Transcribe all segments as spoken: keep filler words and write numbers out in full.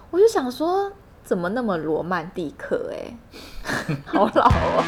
我就想说怎么那么罗曼蒂克欸好老哦。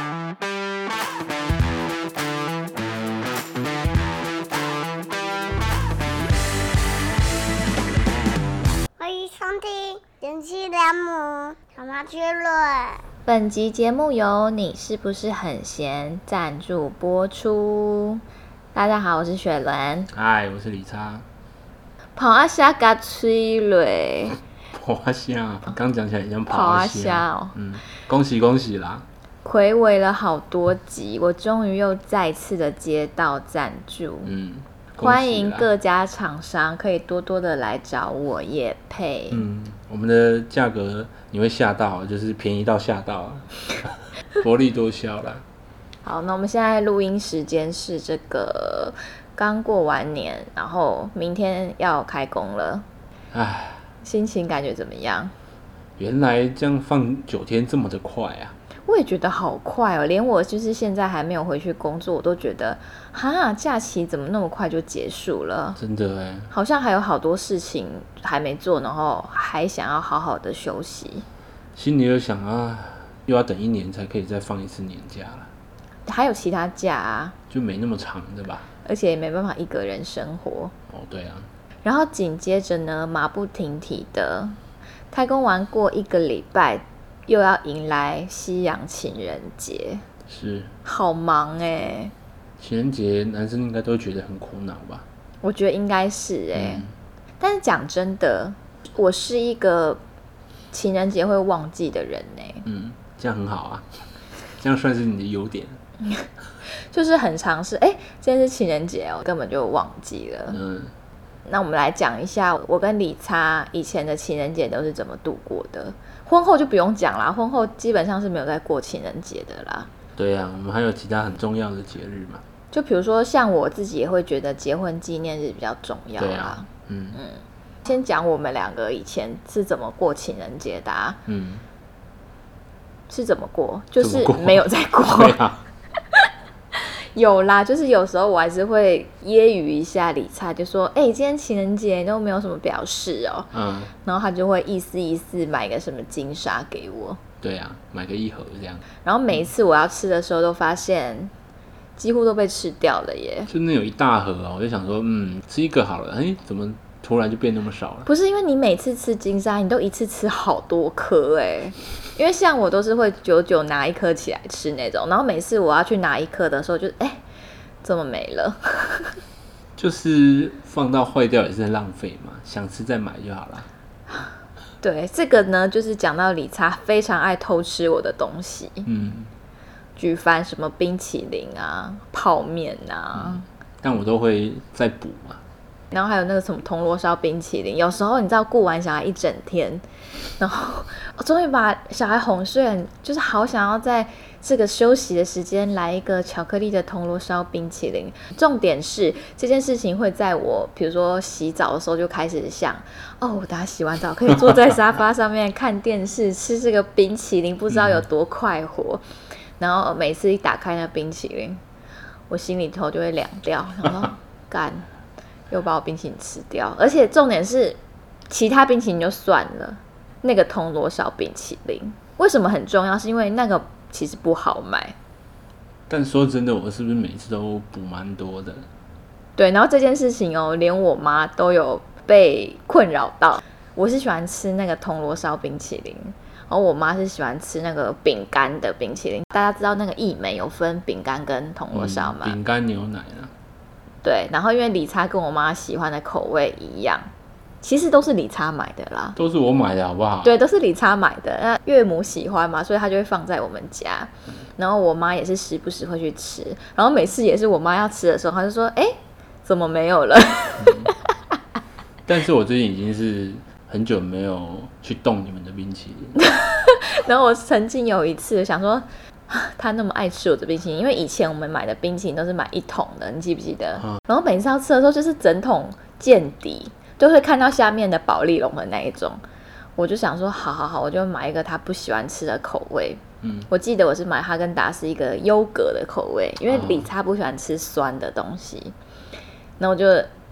欢迎收听贤妻良母小妈之论。 本集节目由你是不是很闲赞助播出。大家好，我是雪伦。 嗨，我是李叉。 跑啊虾嘎吹嘞， 跑啊虾，刚讲起来像跑啊虾虾哦。 嗯，恭喜恭喜啦！ 睽违了好多集，我终于又再次的接到赞助。 嗯， 欢迎各家厂商可以多多的来找我业配。 嗯，我们的价格你会吓到，就是便宜到吓到，薄利多销啦。 好，那我们现在录音时间是这个刚过完年，然后明天要开工了。 唉， 心情感觉怎么样？ 原来这样放九天这么的快啊！ 我也觉得好快哦，连我就是现在还没有回去工作，我都觉得哈，假期怎么那么快就结束了？ 真的哎， 好像还有好多事情还没做，然后还想要好好的休息。 心里又想啊，又要等一年才可以再放一次年假了。 还有其他假啊， 就没那么长的吧？ 而且也没办法一个人生活。 哦，对啊。 然后紧接着呢，马不停蹄的开工完过一个礼拜，又要迎来西洋情人节， 是， 好忙哎、欸。 情人节男生应该都觉得很苦恼吧？ 我觉得应该是哎、欸嗯，但是讲真的，我是一个情人节会忘记的人哎、欸。 嗯，这样很好啊，这样算是你的优点。 就是很常是哎、欸，今天是情人节哦，根本就忘记了。嗯，那我们来讲一下我跟李叉以前的情人节都是怎么度过的。婚后就不用讲啦，婚后基本上是没有在过情人节的啦。 对啊，我们还有其他很重要的节日嘛。 就比如说像我自己也会觉得结婚纪念日比较重要啦。 对啊，嗯嗯。 先讲我们两个以前是怎么过情人节的啊？嗯，是怎么过？就是没有在过。 对啊。 有啦，就是有时候我还是会揶揄一下李叉，就说：“哎、欸，今天情人节都没有什么表示哦。”嗯，然后他就会意思意思买个什么金沙给我。 对啊，买个一盒这样。 然后每一次我要吃的时候，都发现几乎都被吃掉了耶。 就那有一大盒哦，我就想说，嗯，吃一个好了。哎、欸，怎么突然就变那么少了？ 不是因为你每次吃金沙，你都一次吃好多颗哎。因为像我都是会久久拿一颗起来吃那种，然后每次我要去拿一颗的时候就，就哎，怎么没了？ 就是放到坏掉也是浪费嘛，想吃再买就好了。 对，这个呢，就是讲到李叉非常爱偷吃我的东西，嗯，举凡什么冰淇淋啊、泡面啊、嗯， 但我都会再补嘛。 然后还有那个什么铜锣烧冰淇淋，有时候你知道顾完小孩一整天，然后我终于把小孩哄睡了，就是好想要在这个休息的时间来一个巧克力的铜锣烧冰淇淋。重点是这件事情会在我比如说洗澡的时候就开始想，哦，我等下洗完澡可以坐在沙发上面看电视吃这个冰淇淋，不知道有多快活。嗯、然后每次一打开那冰淇淋，我心里头就会凉掉，然后干。又把我冰淇淋吃掉，而且重点是其他冰淇淋就算了，那个铜锣烧冰淇淋为什么很重要？是因为那个其实不好买。 但说真的，我是不是每次都补蛮多的？ 对，然后这件事情哦，连我妈都有被困扰到。我是喜欢吃那个铜锣烧冰淇淋，然后我妈是喜欢吃那个饼干的冰淇淋。大家知道那个义美有分饼干跟铜锣烧吗？ 饼、嗯、干牛奶啊。 对，然后因为李叉跟我妈喜欢的口味一样，其实都是李叉买的啦， 都是我买的好不好？ 对，都是李叉买的。那岳母喜欢嘛，所以她就会放在我们家。然后我妈也是时不时会去吃，然后每次也是我妈要吃的时候，她就说：“哎，怎么没有了？” 嗯、但是我最近已经是很久没有去动你们的冰淇淋。 然后我曾经有一次想说。他那么爱吃我的冰淇淋，因为以前我们买的冰淇淋都是买一桶的，你记不记得？嗯、然后每次要吃的时候，就是整桶见底，就会看到下面的保丽龙的那一种。我就想说，好好好，我就买一个他不喜欢吃的口味。嗯，我记得我是买哈根达斯一个优格的口味，因为李叉不喜欢吃酸的东西。然后我就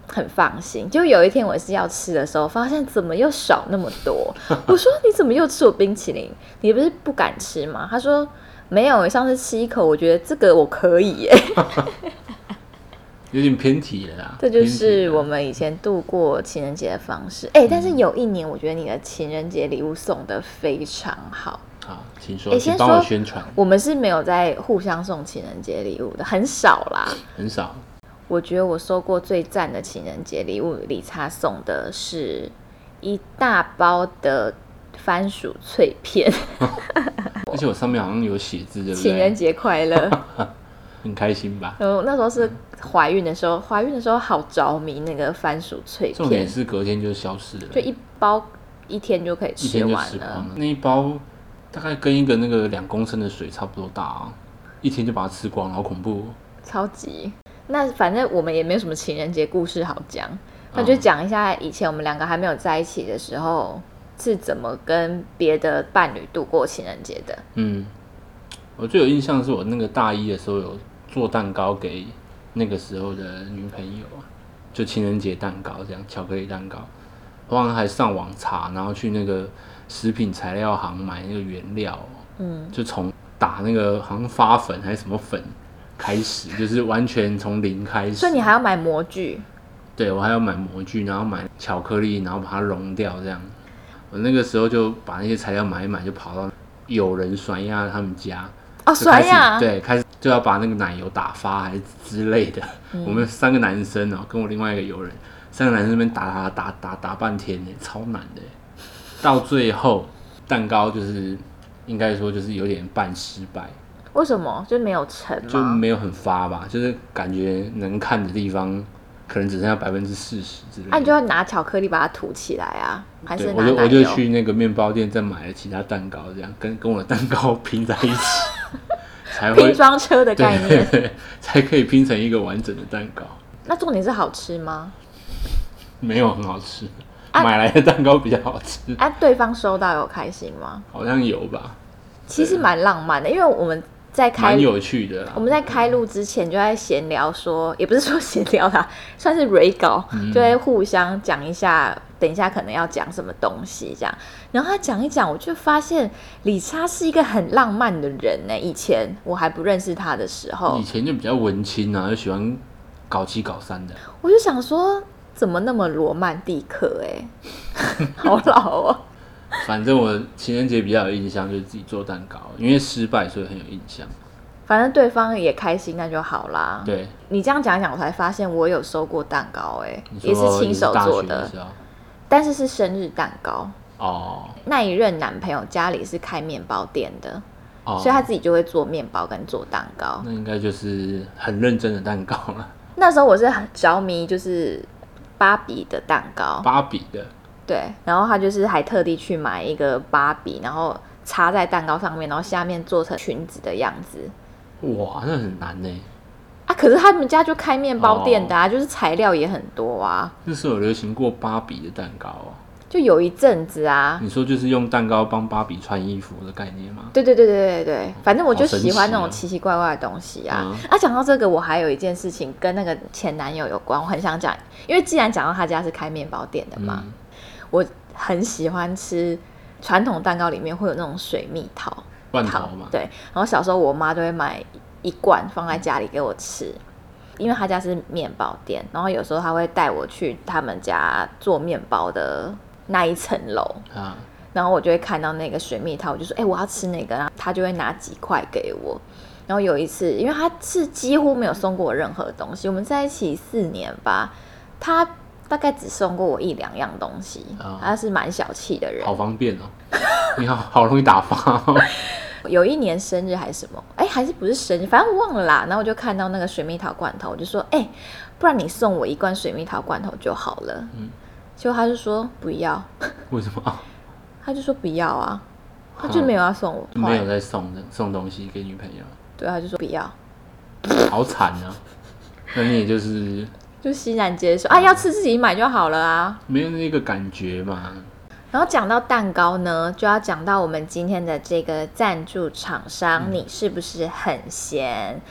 很放心。就有一天我是要吃的时候，发现怎么又少那么多。我说你怎么又吃我冰淇淋？你不是不敢吃吗？他说没有，上次吃一口，我觉得这个我可以耶。 有点偏题了啦。 这就是我们以前度过情人节的方式。哎、欸，但是有一年，我觉得你的情人节礼物送的非常好。 好，请说， 欸、 请帮我宣传。 我们是没有在互相送情人节礼物的，很少啦， 很少。 我觉得我收过最赞的情人节礼物，理查送的是一大包的番薯脆片， 而且我上面好像有写字，对不对？ 情人节快乐。 很开心吧？ 嗯，那时候是怀孕的时候，怀孕的时候好着迷那个番薯脆片。 重点是隔天就消失了， 就一包一天就可以吃完了。 了那一包大概跟一个那个两公升的水差不多大啊，一天就把它吃光，好恐怖、哦。 超级。那反正我们也没有什么情人节故事好讲，那就讲一下以前我们两个还没有在一起的时候是怎么跟别的伴侣度过情人节的。 嗯，我最有印象是我那个大一的时候有做蛋糕给那个时候的女朋友啊，就情人节蛋糕这样，巧克力蛋糕。我好像还上网查，然后去那个食品材料行买那个原料，嗯，就从打那个好像发粉还是什么粉开始，就是完全从零开始。 所以你还要买模具？ 对，我还要买模具，然后买巧克力，然后把它溶掉这样。我那个时候就把那些材料买一买，就跑到友人甩亚他们家。 哦，甩亚。 对，开始就要把那个奶油打发还是之类的。嗯、我们三个男生哦、喔，跟我另外一个友人，三个男生那边打打打打打半天呢，超难的。到最后蛋糕就是应该说就是有点半失败。 为什么？就没有成吗？ 就没有很发吧，就是感觉能看的地方可能只剩下百分之四十之类的。那、 啊、你就要拿巧克力把它涂起来啊，还是拿我就我就去那个面包店再买了其他蛋糕，这样跟跟我的蛋糕拼在一起。才会拼装车的概念， 对对对，才可以拼成一个完整的蛋糕。 那重点是好吃吗？ 没有很好吃，啊、买来的蛋糕比较好吃。 啊，对方收到有开心吗？ 好像有吧。 其实蛮浪漫的，因为我们在开蛮有趣的啦。 我们在开录之前就在闲聊说，也不是说闲聊啦，算是蕊稿，嗯、就会互相讲一下。等一下可能要讲什么东西这样，然后他讲一讲，我就发现理查是一个很浪漫的人呢。以前我还不认识他的时候， 以前就比较文青啊，就喜欢搞七搞三的。 我就想说，怎么那么罗曼蒂克哎，好老哦。 反正我情人节比较有印象，就是自己做蛋糕，因为失败所以很有印象。 反正对方也开心，那就好啦。 对， 你这样讲一讲，我才发现我有收过蛋糕哎，也是亲手做的。但是是生日蛋糕哦。那一任男朋友家里是开面包店的，哦、所以他自己就会做面包跟做蛋糕。 那应该就是很认真的蛋糕了。 那时候我是很着迷，就是芭比的蛋糕。 芭比的。 对，然后他就是还特地去买一个芭比，然后插在蛋糕上面，然后下面做成裙子的样子。 哇，那很难呢。 啊！可是他们家就开面包店的啊，哦、就是材料也很多啊。 那时候有流行过芭比的蛋糕哦， 就有一阵子啊。 你说就是用蛋糕帮芭比穿衣服的概念吗？ 对对对对对对，反正我就喜欢那种奇奇怪怪的东西啊。嗯、啊，讲到这个，我还有一件事情跟那个前男友有关，我很想讲，因为既然讲到他家是开面包店的嘛，嗯、我很喜欢吃传统蛋糕里面会有那种水蜜桃罐头嘛。 对，然后小时候我妈就会买一罐放在家里给我吃，因为他家是面包店，然后有时候他会带我去他们家做面包的那一层楼啊，然后我就会看到那个水蜜桃，我就说：“哎、欸，我要吃那个。”然后他就会拿几块给我。然后有一次，因为他是几乎没有送过我任何东西，我们在一起四年吧，他大概只送过我一两样东西，啊、他是蛮小气的人， 好方便哦，你好好容易打发哦。 有一年生日还是什么，哎，还是不是生日，反正我忘了啦。然后我就看到那个水蜜桃罐头，我就说，哎，不然你送我一罐水蜜桃罐头就好了。嗯，结果他就说不要。 为什么？ 他就说不要啊，他就没有要送我， 没有在送的送东西给女朋友。 对，他就说不要。 好惨啊！那你也就是就欣然接受啊，要吃自己买就好了啊， 没有那个感觉嘛。 然后讲到蛋糕呢，就要讲到我们今天的这个赞助厂商，嗯、你是不是很闲？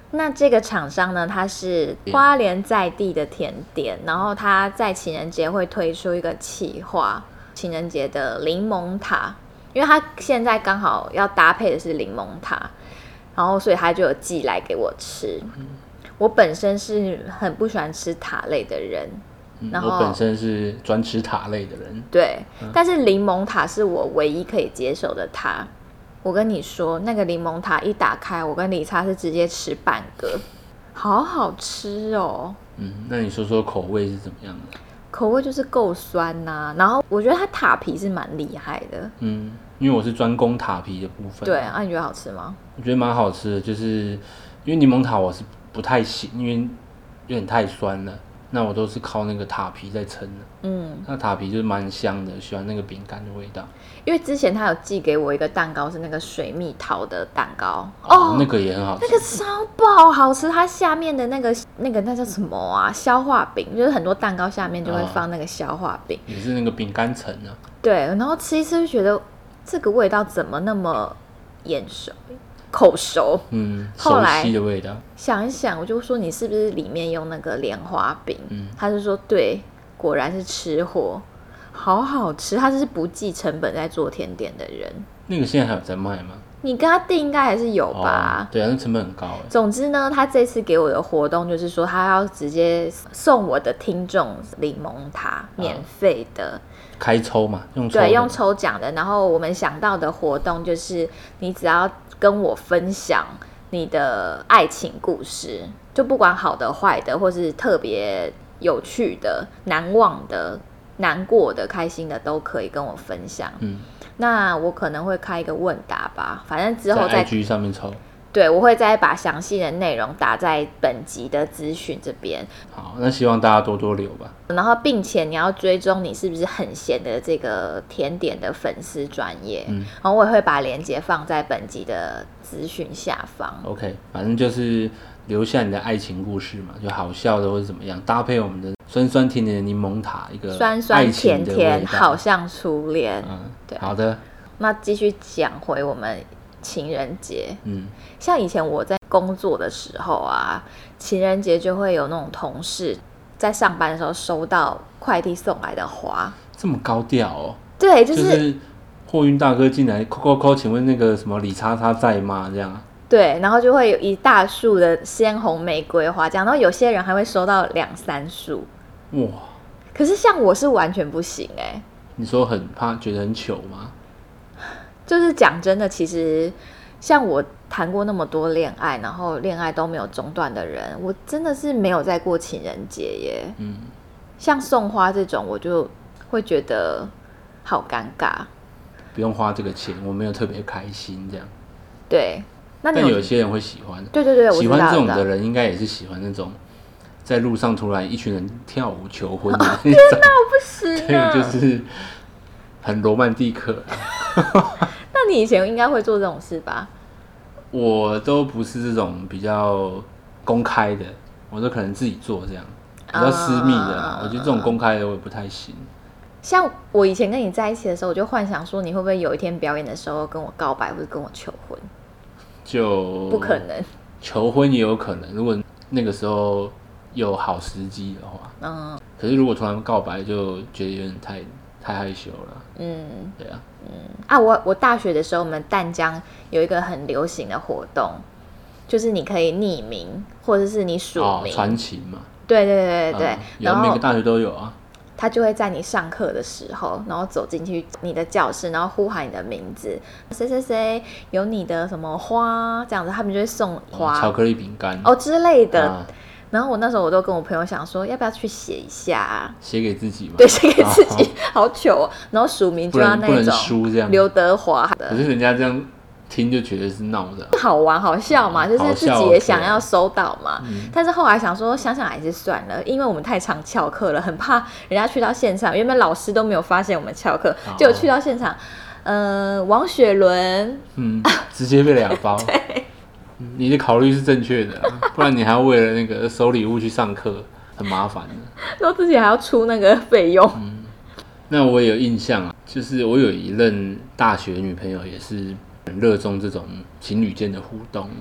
那这个厂商呢，它是花莲在地的甜点，然后它在情人节会推出一个企划，情人节的柠檬塔，因为它现在刚好要搭配的是柠檬塔，然后所以它就有寄来给我吃。嗯、我本身是很不喜欢吃塔类的人， 嗯、 然后我本身是专吃塔类的人， 对， 嗯、 但是柠檬塔是我唯一可以接受的塔。我跟你说，那个柠檬塔一打开，我跟理查是直接吃半个，好好吃哦。 嗯，那你说说口味是怎么样的？ 口味就是够酸呐、啊，然后我觉得它塔皮是蛮厉害的。 嗯，因为我是专攻塔皮的部分。 对，啊，你觉得好吃吗？ 我觉得蛮好吃的，就是因为柠檬塔我是不太行，因为有点太酸了。那我都是靠那个塔皮在撑的。嗯，那塔皮就是蛮香的，喜欢那个饼干的味道。 因为之前他有寄给我一个蛋糕，是那个水蜜桃的蛋糕哦，哦那个也很好吃， 那个超爆好吃。它下面的那个那个那叫什么啊？消化饼，就是很多蛋糕下面就会放那个消化饼， 也是那个饼干层啊。 对，然后吃一吃就觉得这个味道怎么那么眼熟？口熟， 嗯，熟悉的味道。 想一想，我就说你是不是里面用那个莲花饼？嗯，他就说对，果然是吃货，好好吃。他就是不计成本在做甜点的人。 那个现在还有在卖吗？ 你跟他订应该还是有吧？ 哦、对啊，那成本很高哎。 总之呢，他这次给我的活动就是说，他要直接送我的听众柠檬塔，免费的。哦开抽嘛，用抽的对，用抽奖的。然后我们想到的活动就是，你只要跟我分享你的爱情故事，就不管好的、坏的，或是特别有趣的、难忘的、难过的、开心的，都可以跟我分享。嗯，那我可能会开一个问答吧，反正之后在 I G 上面抽。 对，我会再把详细的内容打在本集的资讯这边。 好，那希望大家多多留吧。 然后，并且你要追踪你是不是很闲的这个甜点的粉丝专页，嗯，然后我也会把链接放在本集的资讯下方。 OK， 反正就是留下你的爱情故事嘛，就好笑的或者怎么样，搭配我们的酸酸甜甜的柠檬塔，一个酸酸甜甜，好像初恋。 嗯，对，好的。 那继续讲回我们情人节，嗯，像以前我在工作的时候啊，情人节就会有那种同事在上班的时候收到快递送来的花， 这么高调哦？ 对，就是、 就是货运大哥进来，扣扣扣，请问那个什么李叉叉在吗？这样。 对，然后就会有一大束的鲜红玫瑰花，这样，然后有些人还会收到两三束，哇！可是像我是完全不行哎、欸。 你说很怕，觉得很糗吗？ 就是讲真的，其实像我谈过那么多恋爱，然后恋爱都没有中断的人，我真的是没有在过情人节耶。嗯，像送花这种，我就会觉得好尴尬。 不用花这个钱，我没有特别开心这样。 对，那你有, 但有些人会喜欢。 对对对， 喜欢这种的人，应该也是喜欢那种在路上突然一群人跳舞求婚的那种。 天哪，我不行啊！ 对，就是很罗曼蒂克。 那你以前应该会做这种事吧？ 我都不是这种比较公开的，我都可能自己做这样，比较私密的啦。Uh, 我觉得这种公开的我也不太行。 像我以前跟你在一起的时候，我就幻想说你会不会有一天表演的时候跟我告白，或者跟我求婚？ 就不可能。 求婚也有可能，如果那个时候有好时机的话。嗯。可是如果突然告白，就觉得有点太太害羞了。嗯，对啊。嗯啊， 我我大学的时候，我们淡江有一个很流行的活动，就是你可以匿名，或者是你署名传情嘛。 对对对对对， 嗯、然后每个大学都有啊。 他就会在你上课的时候，然后走进去你的教室，然后呼喊你的名字，谁谁谁有你的什么花，这样子他们就会送花、 巧克力饼干哦之类的。啊，然后我那时候我都跟我朋友想说，要不要去写一下、啊？ 写给自己嘛？ 对，写给自己，好糗哦。然后署名就要那种刘德华的。 可是人家这样听就觉得是闹的、啊， 好玩好笑嘛，嗯、就是自己也想要收到嘛。嗯、但是后来想说，想想还是算了，因为我们太常翘课了，很怕人家去到现场，原本老师都没有发现我们翘课，结果去到现场，呃，王雪伦， 嗯，直接被两包。 对。 你的考虑是正确的、啊，不然你还要为了那个收礼物去上课，很麻烦的。 然后自己还要出那个费用。 嗯，那我也有印象啊，就是我有一任大学女朋友也是很热衷这种情侣间的互动，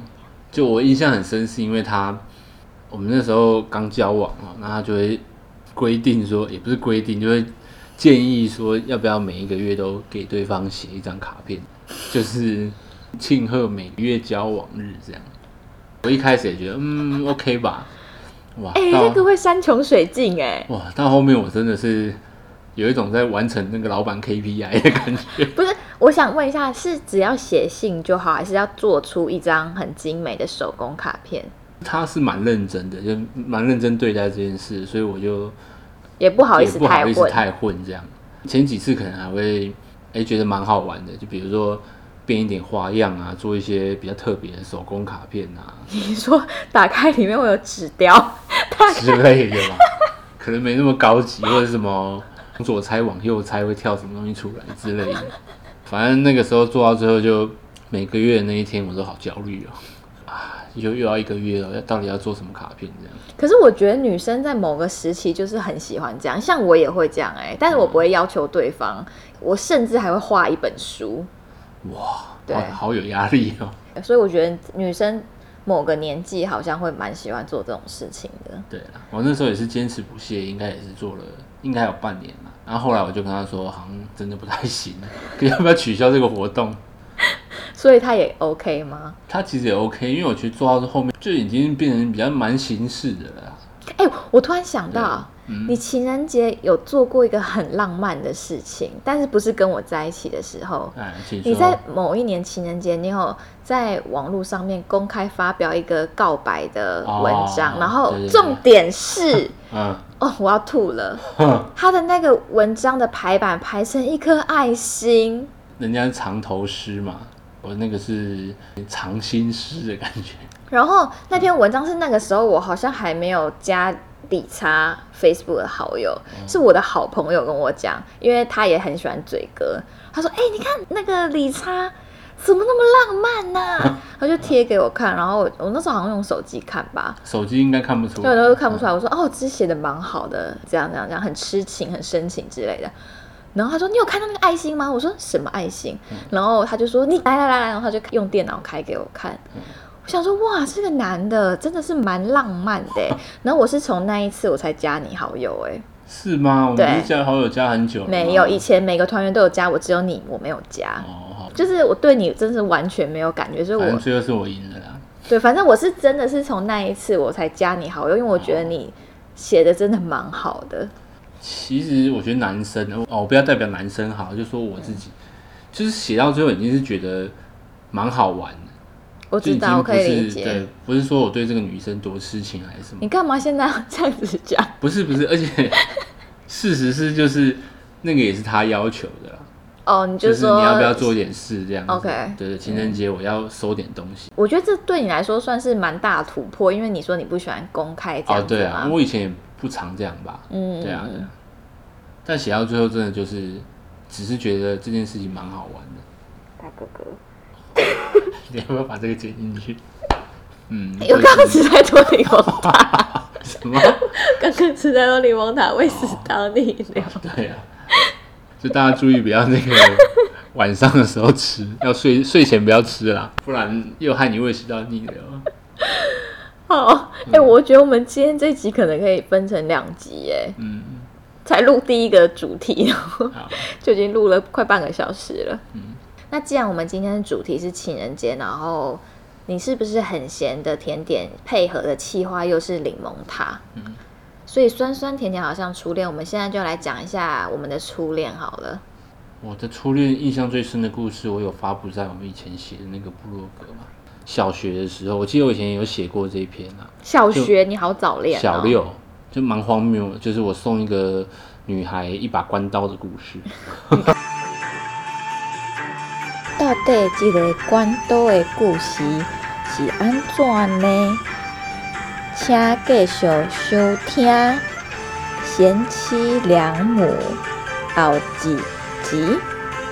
就我印象很深，是因为他我们那时候刚交往哦，那他就会规定说，也不是规定，就会建议说，要不要每一个月都给对方写一张卡片，就是庆贺每个月交往日这样。我一开始也觉得，嗯 ，OK 吧。哇， 哎、欸，那个会山穷水尽哎。 哇，到后面我真的是有一种在完成那个老板 K P I 的感觉。 不是，我想问一下，是只要写信就好，还是要做出一张很精美的手工卡片？ 他是蛮认真的，就蛮认真对待这件事，所以我就也不好意思也不好意思太混， 太混这样。前几次可能还会哎、欸、觉得蛮好玩的，就比如说变一点花样啊，做一些比较特别的手工卡片啊。 你说打开里面会有纸雕之类的吧，可能没那么高级，或者什么往左猜往右猜会跳什么东西出来之类的。反正那个时候做到最后，就每个月的那一天我都好焦虑哦。啊，又又要一个月了，到底要做什么卡片这样？ 可是我觉得女生在某个时期就是很喜欢这样，像我也会这样哎、欸，但是我不会要求对方，我甚至还会画一本书。 哇， 对， 好有压力哦。 所以我觉得女生某个年纪好像会蛮喜欢做这种事情的。 对啦，我那时候也是坚持不懈，应该也是做了，应该有半年啦。然后后来我就跟他说，好像真的不太行，要不要取消这个活动？ 所以他也 OK 吗？ 他其实也 OK，因为我觉得做到后面就已经变成比较蛮形式的了啦。 哎、欸，我突然想到，嗯、你情人节有做过一个很浪漫的事情，但是不是跟我在一起的时候。 哎，请说。 你在某一年情人节，你有在网络上面公开发表一个告白的文章，哦、然后重点是，嗯，哦，我要吐了。他的那个文章的排版排成一颗爱心， 人家是藏头诗嘛。我那个是藏心诗的感觉。 然后那篇文章是那个时候我好像还没有加理查 Facebook 的好友，嗯、是我的好朋友跟我讲，因为他也很喜欢嘴哥。他说：“哎、欸，你看那个理查怎么那么浪漫呢、啊？”他就贴给我看，然后 我, 我那时候好像用手机看吧， 手机应该看不出来， 对，都看不出来。我说：“哦，这写的蛮好的，这样这样这样，很痴情，很深情之类的。”然后他说：“你有看到那个爱心吗？”我说：“什么爱心？”嗯、然后他就说：“你来来来来。”然后他就用电脑开给我看。嗯、我想说：“哇，这个男的真的是蛮浪漫的。”然后我是从那一次我才加你好友哎。 是吗？我们不是加好友加很久了吗？ 没有，以前每个团员都有加，我只有你我没有加。哦，就是我对你真是完全没有感觉，所以我反正最后是我赢了啦。 对，反正我是真的是从那一次我才加你好友，因为我觉得你写的真的蛮好的。 其实我觉得男生哦，不要代表男生好，就说我自己，就是写到最后已经是觉得蛮好玩的。 我知道，我可以理解。 对，不是说我对这个女生多痴情还是什么。 你干嘛现在要这样子讲？ 不是不是，而且事实是就是那个也是他要求的啦。 哦，你就说就是你要不要做点事这样子 ？OK， 对对，情人节我要收点东西。 我觉得这对你来说算是蛮大的突破，因为你说你不喜欢公开这样子嘛。 哦，对啊，我以前也不常这样吧。嗯，对啊，对啊。但写到最后，真的就是只是觉得这件事情蛮好玩的。 大哥哥， 你要不要把这个剪进去？嗯， 我刚刚吃太多柠檬塔。 什么？ 刚刚吃太多柠檬塔，胃食道逆流。 对啊，就大家注意不要那个晚上的时候吃，要睡睡前不要吃啦，不然又害你胃食道逆流。 好，哎、欸，我觉得我们今天这集可能可以分成两集，哎，嗯，才录第一个主题，然后就已经录了快半个小时了。嗯，那既然我们今天的主题是情人节，然后你是不是很咸的甜点配合的企划又是柠檬塔？嗯，所以酸酸甜甜好像初恋，我们现在就来讲一下我们的初恋好了。 我的初恋印象最深的故事，我有发布在我们以前写的那个部落格嘛。小学的时候，我记得我以前有写过这一篇啊。 小学你好早恋、哦。 小六就蛮荒谬的，就是我送一个女孩一把关刀的故事。 到底这个关刀的故事是安怎呢？请继续收听《贤妻良母》后几集。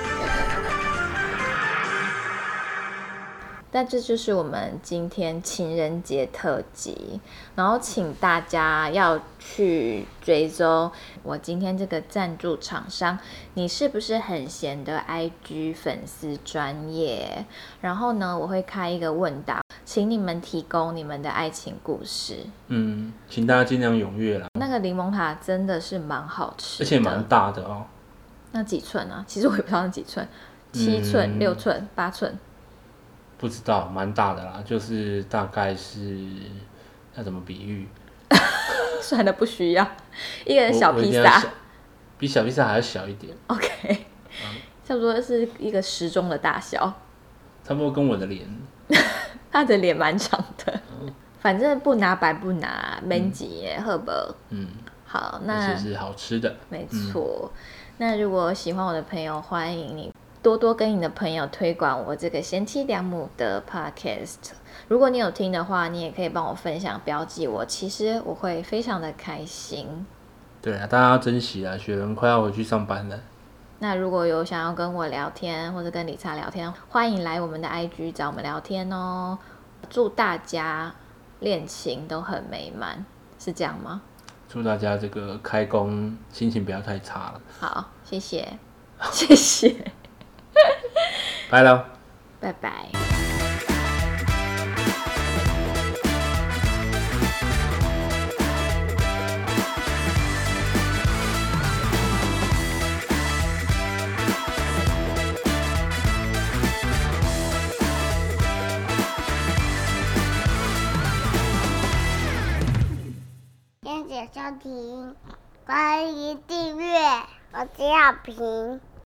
但这就是我们今天情人节特辑，然后请大家要去追踪我今天这个赞助厂商，你是不是很闲的 I G 粉丝专页？然后呢，我会开一个问答， 请你们提供你们的爱情故事。 嗯，请大家尽量踊跃啦。 那个柠檬塔真的是蛮好吃的， 而且蛮大的哦。 那几寸啊？其实我也不知道那几寸，七寸、六寸、八寸， 不知道，蛮大的啦，就是大概是要怎么比喻？ 算了，不需要，一个小披萨， 比小披萨还要小一点。 OK，、嗯、差不多是一个时钟的大小， 差不多跟我的脸。 他的脸蛮长的，嗯、反正不拿白不拿，免钱耶，好不好？嗯，好，那而且是好吃的， 没错。嗯、那如果喜欢我的朋友，欢迎你多多跟你的朋友推广我这个贤妻良母的 podcast。如果你有听的话，你也可以帮我分享、标记我，其实我会非常的开心。 对啊，大家要珍惜啊！雪人快要回去上班了。 那如果有想要跟我聊天或者跟理查聊天，欢迎来我们的 I G 找我们聊天哦。祝大家恋情都很美满，是这样吗？ 祝大家这个开工心情不要太差了。 好，谢谢，谢谢， 拜了， 拜拜。 谢谢收听，欢迎订阅，我是小平。